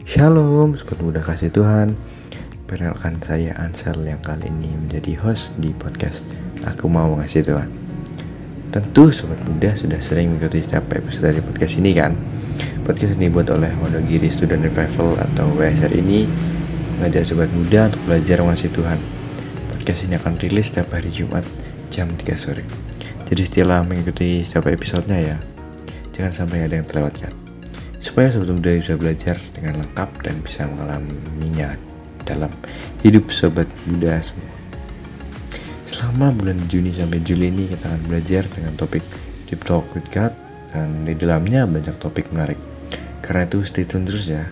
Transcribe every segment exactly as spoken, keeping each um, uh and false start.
Shalom, sobat muda kasih Tuhan. Perkenalkan saya Ansel yang kali ini menjadi host di podcast Aku Mau Mengasihi Tuhan. Tentu sobat muda sudah sering mengikuti setiap episode dari podcast ini kan. Podcast ini dibuat oleh Wonogiri Student Revival atau W S R ini mengajak sobat muda untuk belajar mengasihi Tuhan. Podcast ini akan rilis setiap hari Jumat jam tiga sore. Jadi setelah mengikuti setiap episodenya ya, jangan sampai ada yang terlewatkan, supaya sobat muda bisa belajar dengan lengkap dan bisa mengalaminya dalam hidup sobat muda semua. Selama bulan Juni sampai Juli ini kita akan belajar dengan topik Deep Talk with God, dan di dalamnya banyak topik menarik. Karena itu stay tune terus ya.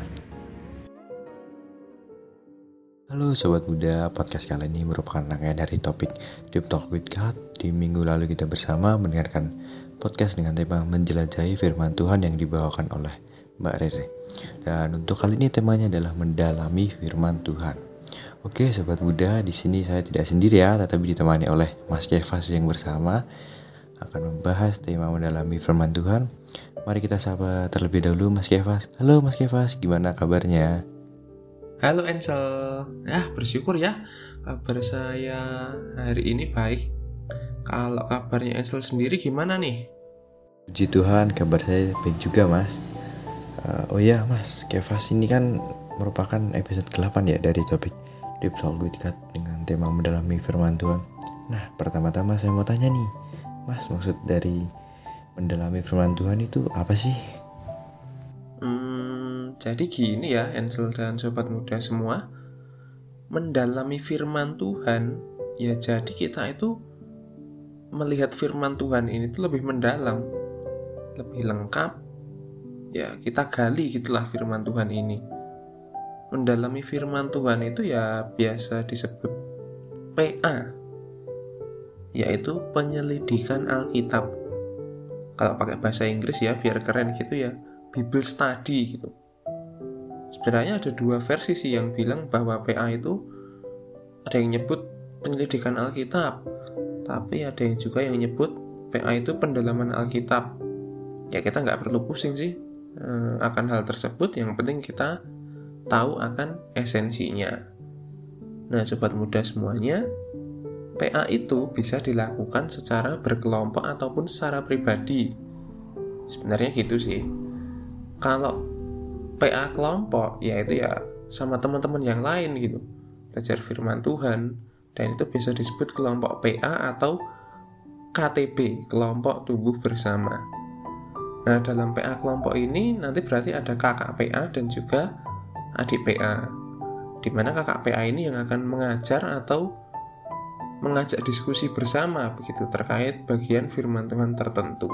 Halo sobat muda, podcast kali ini merupakan rangkaian dari topik Deep Talk with God. Di minggu lalu kita bersama mendengarkan podcast dengan tema menjelajahi firman Tuhan yang dibawakan oleh Mbak Rere. Dan untuk kali ini temanya adalah mendalami firman Tuhan. Oke sobat muda, di sini saya tidak sendiri ya, tetapi ditemani oleh Mas Kefas yang bersama akan membahas tema mendalami firman Tuhan. Mari kita sapa terlebih dahulu Mas Kefas. Halo Mas Kefas, gimana kabarnya? Halo Ansel, ya bersyukur ya kabar saya hari ini baik. Kalau kabarnya Ansel sendiri gimana nih? Puji Tuhan, kabar saya baik juga mas. uh, Oh ya mas, Kefas ini kan merupakan episode kedelapan ya dari topik Deep Talk with God dengan tema mendalami firman Tuhan. Nah pertama-tama saya mau tanya nih mas, maksud dari mendalami firman Tuhan itu apa sih? Hmm, jadi gini ya Ansel dan sobat muda semua, mendalami firman Tuhan ya jadi kita itu melihat firman Tuhan ini tuh lebih mendalam, lebih lengkap. Ya kita gali gitulah firman Tuhan ini. Mendalami firman Tuhan itu ya biasa disebut P A, yaitu penyelidikan Alkitab. Kalau pakai bahasa Inggris ya biar keren gitu ya, Bible Study gitu. Sebenarnya ada dua versi sih yang bilang bahwa P A itu ada yang nyebut penyelidikan Alkitab, tapi ada yang juga yang nyebut P A itu pendalaman Alkitab. Ya kita nggak perlu pusing sih eh, akan hal tersebut, yang penting kita tahu akan esensinya. Nah sobat muda semuanya, P A itu bisa dilakukan secara berkelompok ataupun secara pribadi. Sebenarnya gitu sih. Kalau P A kelompok, yaitu ya sama teman-teman yang lain gitu, belajar firman Tuhan, dan itu bisa disebut kelompok P A atau K T B, kelompok tumbuh bersama. Nah dalam P A kelompok ini nanti berarti ada kakak P A dan juga adik P A, dimana kakak P A ini yang akan mengajar atau mengajak diskusi bersama begitu terkait bagian firman Tuhan tertentu.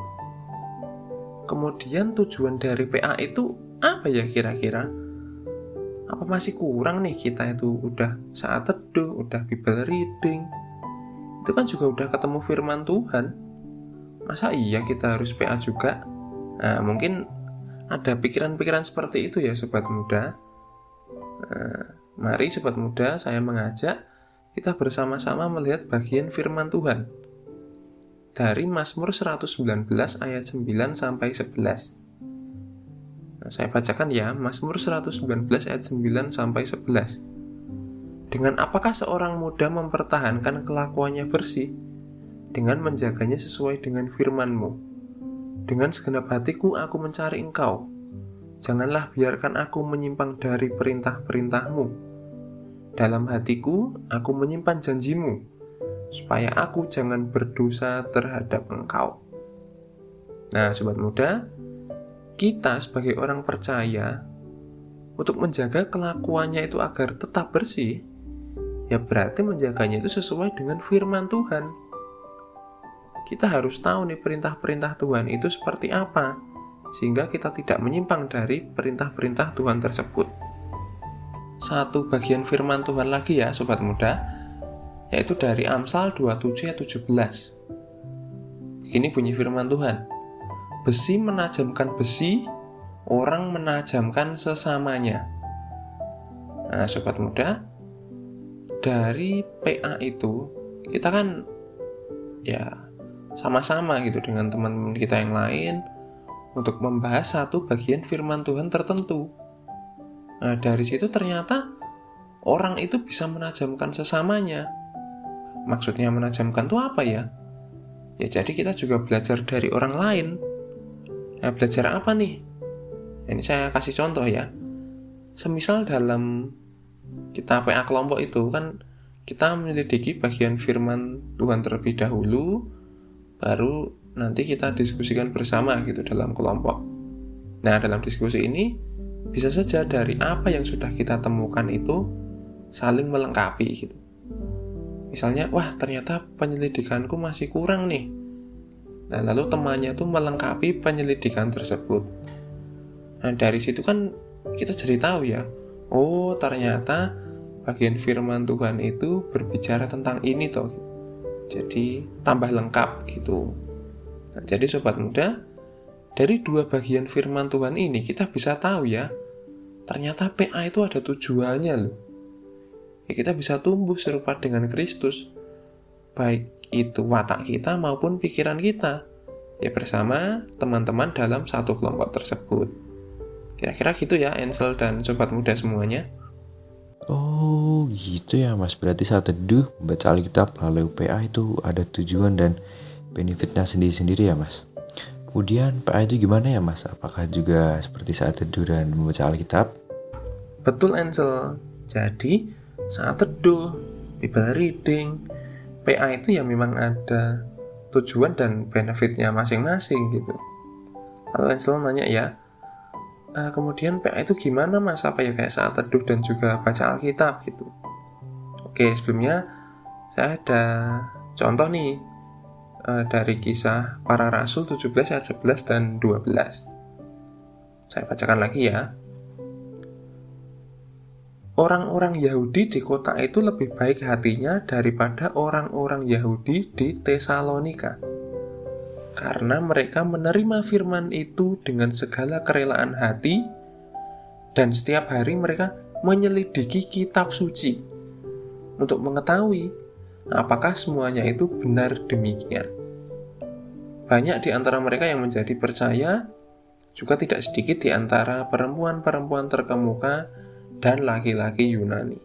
Kemudian tujuan dari P A itu apa ya kira-kira? Apa masih kurang nih kita itu udah saat teduh, udah Bible reading, itu kan juga udah ketemu firman Tuhan, masa iya kita harus P A juga? Nah mungkin ada pikiran-pikiran seperti itu ya sobat muda. Nah, mari sobat muda, saya mengajak kita bersama-sama melihat bagian firman Tuhan dari Mazmur seratus sembilan belas ayat sembilan sampai sebelas. Nah, saya bacakan ya, Mazmur seratus sembilan belas ayat sembilan sampai sebelas. Dengan apakah seorang muda mempertahankan kelakuannya bersih? Dengan menjaganya sesuai dengan firman-Mu. Dengan segenap hatiku aku mencari Engkau. Janganlah biarkan aku menyimpang dari perintah-perintah-Mu. Dalam hatiku aku menyimpan janji-Mu, supaya aku jangan berdosa terhadap Engkau. Nah sobat muda, kita sebagai orang percaya untuk menjaga kelakuannya itu agar tetap bersih, ya berarti menjaganya itu sesuai dengan firman Tuhan. Kita harus tahu nih perintah-perintah Tuhan itu seperti apa, sehingga kita tidak menyimpang dari perintah-perintah Tuhan tersebut. Satu bagian firman Tuhan lagi ya sobat muda, yaitu dari Amsal dua puluh tujuh ayat tujuh belas. Begini bunyi firman Tuhan. Besi menajamkan besi, orang menajamkan sesamanya. Nah sobat muda, dari P A itu kita kan ya sama-sama gitu dengan teman-teman kita yang lain untuk membahas satu bagian firman Tuhan tertentu. Nah, dari situ ternyata orang itu bisa menajamkan sesamanya. Maksudnya menajamkan itu apa ya? Ya jadi kita juga belajar dari orang lain. Nah, belajar apa nih? Ini saya kasih contoh ya. Semisal dalam kita P A kelompok itu kan kita menyelidiki bagian firman Tuhan terlebih dahulu, baru nanti kita diskusikan bersama gitu dalam kelompok. Nah, dalam diskusi ini bisa saja dari apa yang sudah kita temukan itu saling melengkapi gitu. Misalnya, wah ternyata penyelidikanku masih kurang nih. Nah, lalu temannya tuh melengkapi penyelidikan tersebut. Nah, dari situ kan kita jadi tahu ya, oh ternyata bagian firman Tuhan itu berbicara tentang ini toh. Jadi tambah lengkap gitu. Nah, jadi sobat muda, dari dua bagian firman Tuhan ini kita bisa tahu ya, ternyata P A itu ada tujuannya loh. Ya, kita bisa tumbuh serupa dengan Kristus, baik itu watak kita maupun pikiran kita, ya bersama teman-teman dalam satu kelompok tersebut. Kira-kira gitu ya Ensel dan sobat muda semuanya. Oh gitu ya mas, berarti saat teduh membaca Alkitab melalui P A itu ada tujuan dan benefitnya sendiri-sendiri ya mas. Kemudian P A itu gimana ya mas? Apakah juga seperti saat teduh dan membaca Alkitab? Betul Ensel, jadi saat teduh, Bible reading, P A itu ya memang ada tujuan dan benefitnya masing-masing gitu. Lalu Ensel nanya ya, e, kemudian P A itu gimana mas? Apa ya kayak saat teduh dan juga baca Alkitab gitu. Oke, sebelumnya saya ada contoh nih e, dari Kisah Para Rasul tujuh belas ayat sebelas dan dua belas. Saya bacakan lagi ya. Orang-orang Yahudi di kota itu lebih baik hatinya daripada orang-orang Yahudi di Tesalonika, karena mereka menerima firman itu dengan segala kerelaan hati, dan setiap hari mereka menyelidiki kitab suci untuk mengetahui apakah semuanya itu benar demikian. Banyak di antara mereka yang menjadi percaya, juga tidak sedikit di antara perempuan-perempuan terkemuka dan laki-laki Yunani.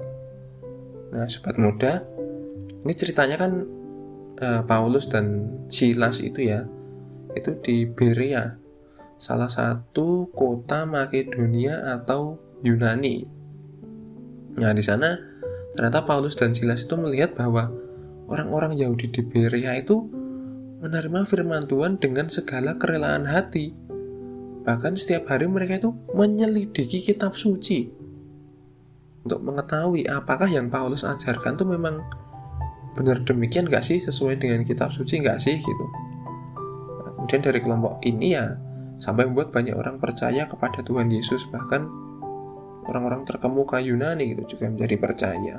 Nah, sobat muda, ini ceritanya kan eh, Paulus dan Silas itu ya, itu di Berea, salah satu kota Makedonia atau Yunani. Nah, di sana ternyata Paulus dan Silas itu melihat bahwa orang-orang Yahudi di Berea itu menerima firman Tuhan dengan segala kerelaan hati. Bahkan setiap hari mereka itu menyelidiki kitab suci untuk mengetahui apakah yang Paulus ajarkan itu memang benar demikian gak sih, sesuai dengan kitab suci gak sih gitu. Nah, kemudian dari kelompok ini ya sampai membuat banyak orang percaya kepada Tuhan Yesus, bahkan orang-orang terkemuka Yunani gitu juga menjadi percaya.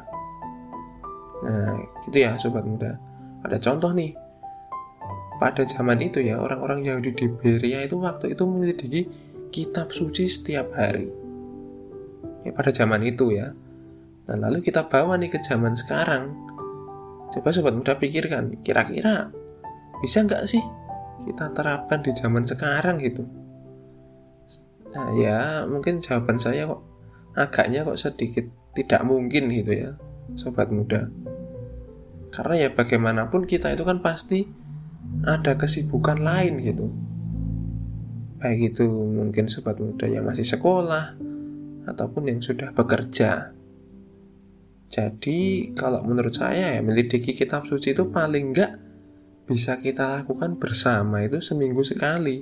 Nah gitu ya sobat muda, ada contoh nih. Pada zaman itu ya, orang-orang Yahudi di Berea itu waktu itu menyelidiki kitab suci setiap hari. Ya, pada zaman itu ya. Nah, lalu kita bawa nih ke zaman sekarang. Coba sobat muda pikirkan, kira-kira bisa nggak sih kita terapkan di zaman sekarang gitu? Nah ya, mungkin jawaban saya kok agaknya kok sedikit tidak mungkin gitu ya, sobat muda. Karena ya bagaimanapun kita itu kan pasti ada kesibukan lain gitu. Baik itu mungkin sobat muda yang masih sekolah ataupun yang sudah bekerja. Jadi kalau menurut saya ya, menyelidiki kitab suci itu paling enggak bisa kita lakukan bersama itu seminggu sekali.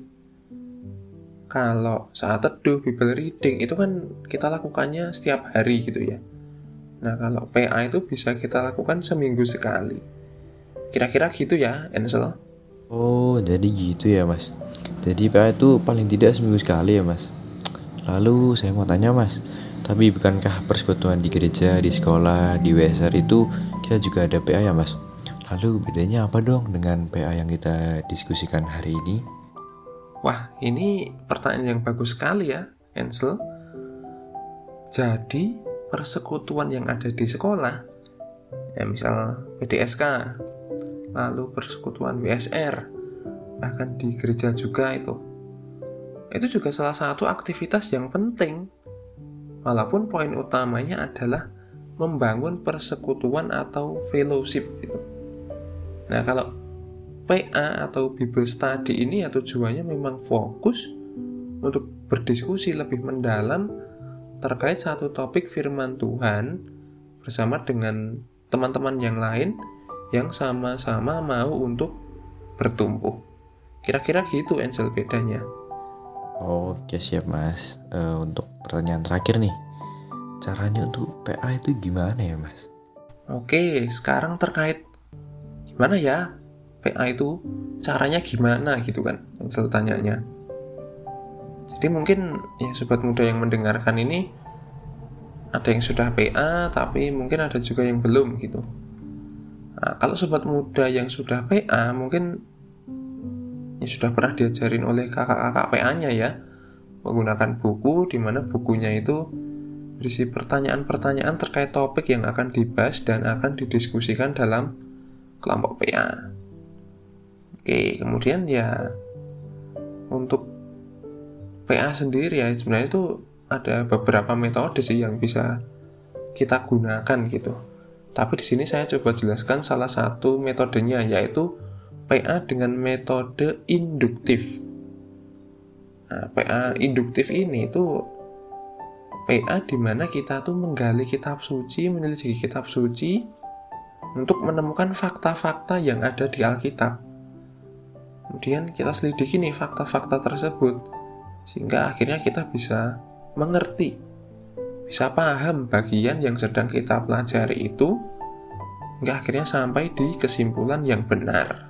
Kalau saat teduh, Bible reading itu kan kita lakukannya setiap hari gitu ya. Nah kalau P A itu bisa kita lakukan seminggu sekali. Kira-kira gitu ya Ensel. Oh jadi gitu ya mas. Jadi P A itu paling tidak seminggu sekali ya mas. Lalu saya mau tanya mas, tapi bukankah persekutuan di gereja, di sekolah, di W S R itu kita juga ada P A ya mas? Lalu bedanya apa dong dengan P A yang kita diskusikan hari ini? Wah, ini pertanyaan yang bagus sekali ya, Ensel. Jadi, persekutuan yang ada di sekolah, ya misal P D S K, lalu persekutuan W S R, bahkan di gereja juga itu, itu juga salah satu aktivitas yang penting. Walaupun poin utamanya adalah membangun persekutuan atau fellowship gitu. Nah, kalau P A atau Bible Study ini ya tujuannya memang fokus untuk berdiskusi lebih mendalam terkait satu topik firman Tuhan bersama dengan teman-teman yang lain yang sama-sama mau untuk bertumbuh. Kira-kira gitu Angel bedanya. Oke siap mas. uh, Untuk pertanyaan terakhir nih, caranya untuk P A itu gimana ya mas? Oke, sekarang terkait gimana ya P A itu caranya gimana gitu kan Angel tanyanya. Jadi mungkin ya sobat muda yang mendengarkan ini ada yang sudah P A tapi mungkin ada juga yang belum gitu. Nah, kalau sobat muda yang sudah P A mungkin ya sudah pernah diajarin oleh kakak-kakak P A-nya ya, menggunakan buku di mana bukunya itu berisi pertanyaan-pertanyaan terkait topik yang akan dibahas dan akan didiskusikan dalam kelompok P A. Oke, kemudian ya untuk P A sendiri ya sebenarnya itu ada beberapa metode sih yang bisa kita gunakan gitu. Tapi di sini saya coba jelaskan salah satu metodenya, yaitu P A dengan metode induktif. Nah, P A induktif ini itu P A di mana kita tuh menggali kitab suci, menyelidiki kitab suci untuk menemukan fakta-fakta yang ada di Alkitab. Kemudian kita selidiki nih fakta-fakta tersebut sehingga akhirnya kita bisa mengerti, bisa paham bagian yang sedang kita pelajari itu, hingga akhirnya sampai di kesimpulan yang benar.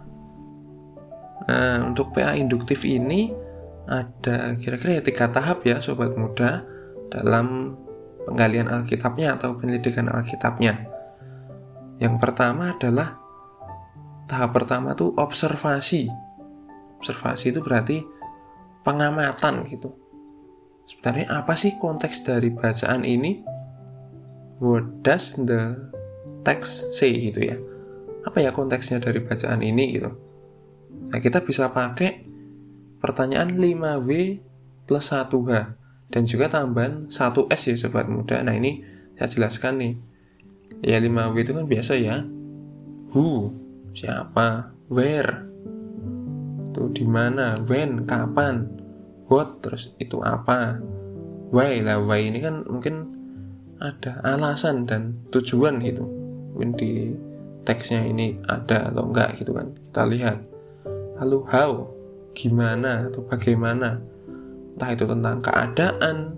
Nah, untuk P A induktif ini ada kira-kira ya tiga tahap ya sobat muda dalam penggalian Alkitabnya atau penyelidikan Alkitabnya. Yang pertama adalah tahap pertama tuh observasi. Observasi itu berarti pengamatan gitu. Sebenarnya apa sih konteks dari bacaan ini? What does the text say gitu ya? Apa ya konteksnya dari bacaan ini gitu? Nah, kita bisa pakai pertanyaan lima W plus satu H dan juga tambahan satu S ya sobat muda. Nah, ini saya jelaskan nih. Ya lima W itu kan biasa ya. Who, siapa? Where, itu di mana? When, kapan? What, terus itu apa? Why, lah why ini kan mungkin ada alasan dan tujuan gitu. Mungkin di teksnya ini ada atau enggak gitu kan. Kita lihat. Lalu how, gimana atau bagaimana? Entah itu tentang keadaan,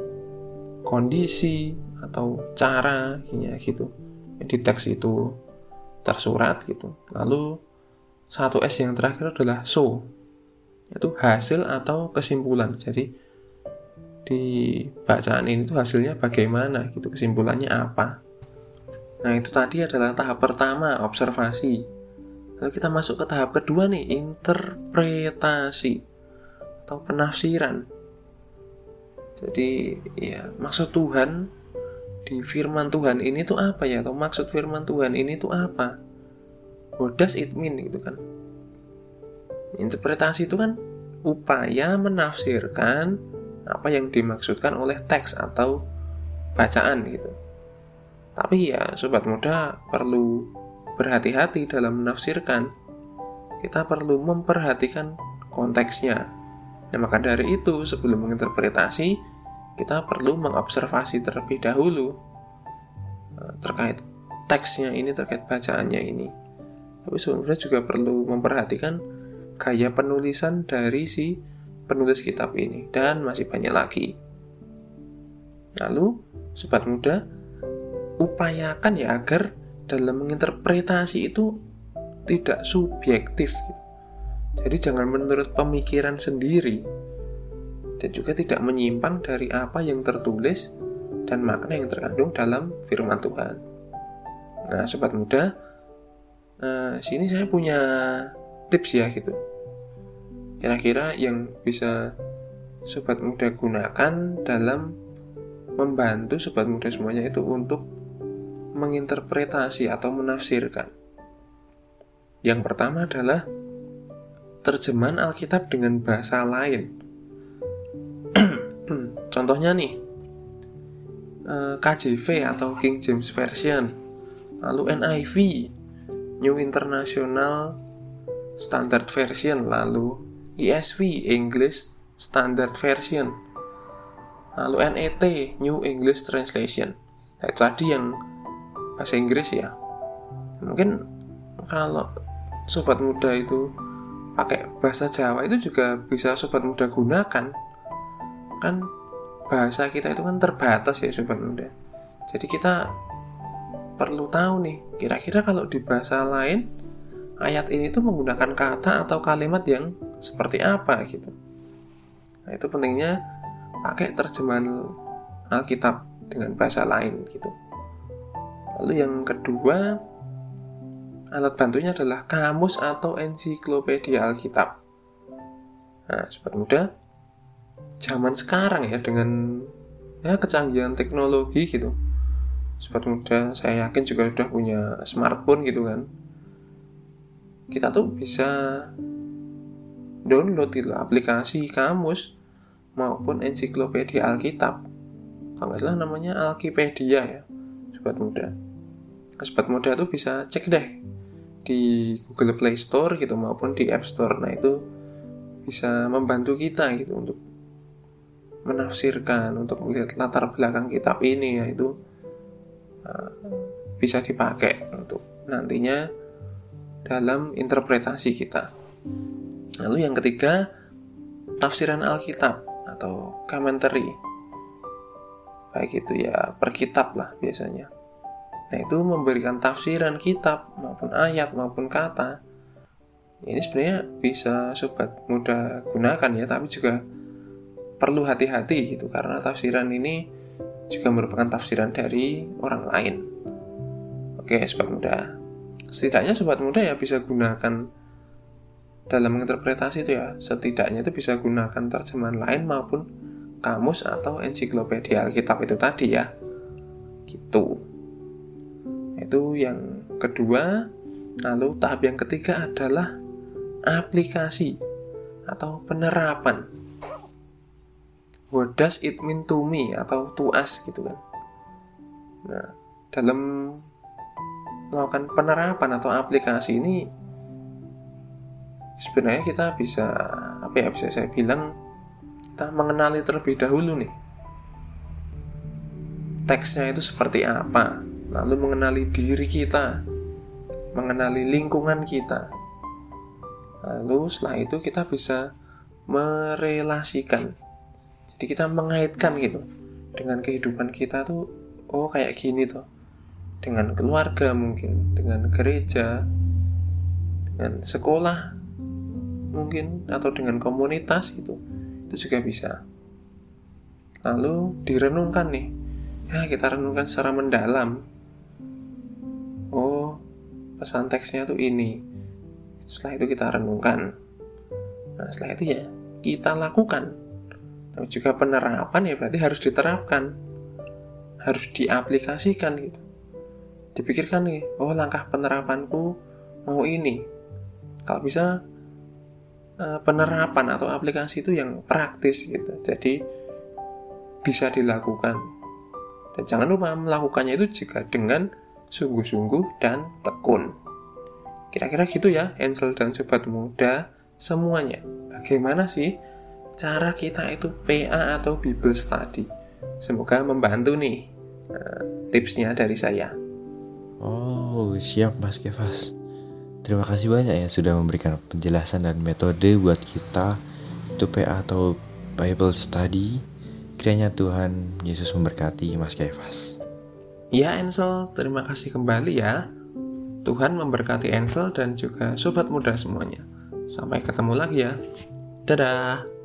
kondisi atau cara gitu. Di teks itu tersurat gitu. Lalu satu S yang terakhir adalah so, itu hasil atau kesimpulan. Jadi di bacaan ini tuh hasilnya bagaimana gitu, kesimpulannya apa. Nah, itu tadi adalah tahap pertama, observasi. Lalu kita masuk ke tahap kedua nih, interpretasi atau penafsiran. Jadi ya maksud Tuhan di firman Tuhan ini tuh apa ya, atau maksud firman Tuhan ini tuh apa? What does it mean gitu kan. Interpretasi itu kan upaya menafsirkan apa yang dimaksudkan oleh teks atau bacaan gitu. Tapi ya sobat muda perlu berhati-hati dalam menafsirkan. Kita perlu memperhatikan konteksnya. Nah, maka dari itu sebelum menginterpretasi kita perlu mengobservasi terlebih dahulu terkait teksnya ini, terkait bacaannya ini. Tapi sebenarnya juga perlu memperhatikan gaya penulisan dari si penulis kitab ini, dan masih banyak lagi. Lalu, sobat muda, upayakan ya agar dalam menginterpretasi itu tidak subjektif gitu. Jadi jangan menurut pemikiran sendiri, dan juga tidak menyimpang dari apa yang tertulis dan makna yang terkandung dalam firman Tuhan. Nah, sobat muda, Nah, sini saya punya tips ya gitu. Kira-kira yang bisa sobat muda gunakan dalam membantu sobat muda semuanya itu untuk menginterpretasi atau menafsirkan. Yang pertama adalah terjemahan Alkitab dengan bahasa lain. Contohnya nih, uh, K J V atau King James Version, lalu N I V New International Standard Version, lalu E S V English Standard Version, lalu N E T New English Translation. Nah, itu tadi yang bahasa Inggris ya. Mungkin kalau sobat muda itu pakai bahasa Jawa itu juga bisa sobat muda gunakan. Kan bahasa kita itu kan terbatas ya sobat muda. Jadi kita perlu tahu nih, kira-kira kalau di bahasa lain ayat ini tuh menggunakan kata atau kalimat yang seperti apa gitu. Nah, itu pentingnya pakai terjemahan Alkitab dengan bahasa lain gitu. Lalu yang kedua, alat bantunya adalah kamus atau ensiklopedia Alkitab. Nah, sobat muda, zaman sekarang ya dengan ya kecanggihan teknologi gitu, sobat muda saya yakin juga sudah punya smartphone gitu kan, kita tuh bisa download gitu aplikasi kamus maupun ensiklopedia Alkitab. Kalau nggak salah namanya Alkipedia ya sobat muda. Sobat muda tuh bisa cek deh di Google Play Store gitu maupun di App Store. Nah, itu bisa membantu kita gitu untuk menafsirkan, untuk melihat latar belakang kitab ini, yaitu uh, bisa dipakai untuk nantinya dalam interpretasi kita. Lalu yang ketiga, tafsiran Alkitab atau commentary, baik itu ya per kitab lah biasanya. Nah, itu memberikan tafsiran kitab maupun ayat maupun kata. Ini sebenarnya bisa sobat muda gunakan ya, tapi juga perlu hati-hati gitu, karena tafsiran ini juga merupakan tafsiran dari orang lain. Oke sobat muda, setidaknya sobat muda ya bisa gunakan dalam menginterpretasi itu ya, setidaknya itu bisa gunakan terjemahan lain maupun kamus atau ensiklopedia Alkitab itu tadi ya gitu. Itu yang kedua. Lalu tahap yang ketiga adalah aplikasi atau penerapan. What does it mean to me atau to us gitu kan. Nah, dalam melakukan penerapan atau aplikasi ini sebenarnya kita bisa apa ya bisa saya bilang kita mengenali terlebih dahulu nih teksnya itu seperti apa, lalu mengenali diri kita, mengenali lingkungan kita, lalu setelah itu kita bisa merelasikan. Jadi kita mengaitkan gitu dengan kehidupan kita tuh, oh kayak gini tuh, dengan keluarga mungkin, dengan gereja, dengan sekolah mungkin, atau dengan komunitas gitu, itu juga bisa. Lalu direnungkan nih, ya kita renungkan secara mendalam. Oh pesan teksnya tuh ini. Setelah itu kita renungkan. Nah setelah itu ya kita lakukan. Nah, juga penerapan ya berarti harus diterapkan, harus diaplikasikan gitu. Dipikirkan nih, oh langkah penerapanku mau ini. Kalau bisa penerapan atau aplikasi itu yang praktis gitu. Jadi bisa dilakukan. Dan jangan lupa melakukannya itu juga dengan sungguh-sungguh dan tekun. Kira-kira gitu ya, Ensel dan sobat muda semuanya. Bagaimana sih cara kita itu P A atau Bible Study? Semoga membantu nih uh, tipsnya dari saya. Oh, siap Mas Kefas. Terima kasih banyak ya sudah memberikan penjelasan dan metode buat kita itu P A atau Bible Study. Kiranya Tuhan Yesus memberkati Mas Kefas. Ya Ensel, terima kasih kembali ya. Tuhan memberkati Ensel dan juga sobat muda semuanya. Sampai ketemu lagi ya. Dadah.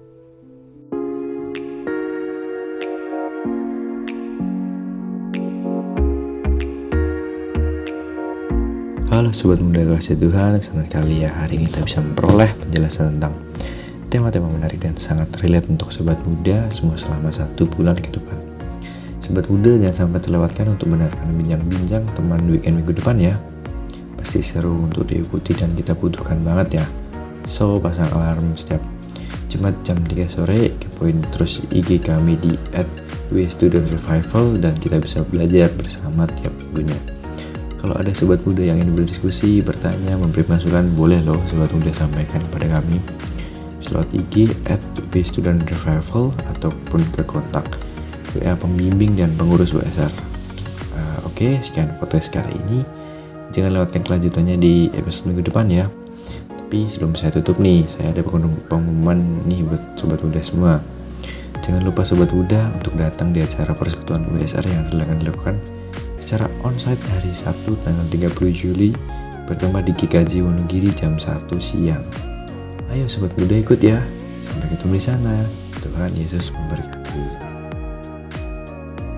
Halo sobat muda kasih Tuhan, senang sekali ya hari ini kita bisa memperoleh penjelasan tentang tema-tema menarik dan sangat relate untuk sobat muda semua selama satu bulan ke depan. Sobat muda jangan sampai terlewatkan untuk mendengarkan bincang-bincang teman weekend minggu depan ya. Pasti seru untuk diikuti dan kita butuhkan banget ya. So pasang alarm setiap Jumat jam tiga sore, kepoin terus I G kami di et W Student Revival dan kita bisa belajar bersama tiap minggunya. Kalau ada sobat muda yang ingin berdiskusi, bertanya, memberi masukan, boleh loh sobat muda sampaikan kepada kami. Bisa lewat I G at W Student Revival ataupun ke kontak W A pembimbing dan pengurus W S R. Uh, Oke, okay, sekian podcast kali ini. Jangan lewatkan kelanjutannya di episode minggu depan ya. Tapi sebelum saya tutup nih, saya ada pengumuman nih buat sobat muda semua. Jangan lupa sobat muda untuk datang di acara persekutuan W S R yang akan dilakukan secara onsite hari Sabtu tanggal tiga puluh Juli bertempat di G K J Wonogiri jam satu siang. Ayo sobat muda ikut ya. Sampai ketemu di sana. Tuhan Yesus memberkati.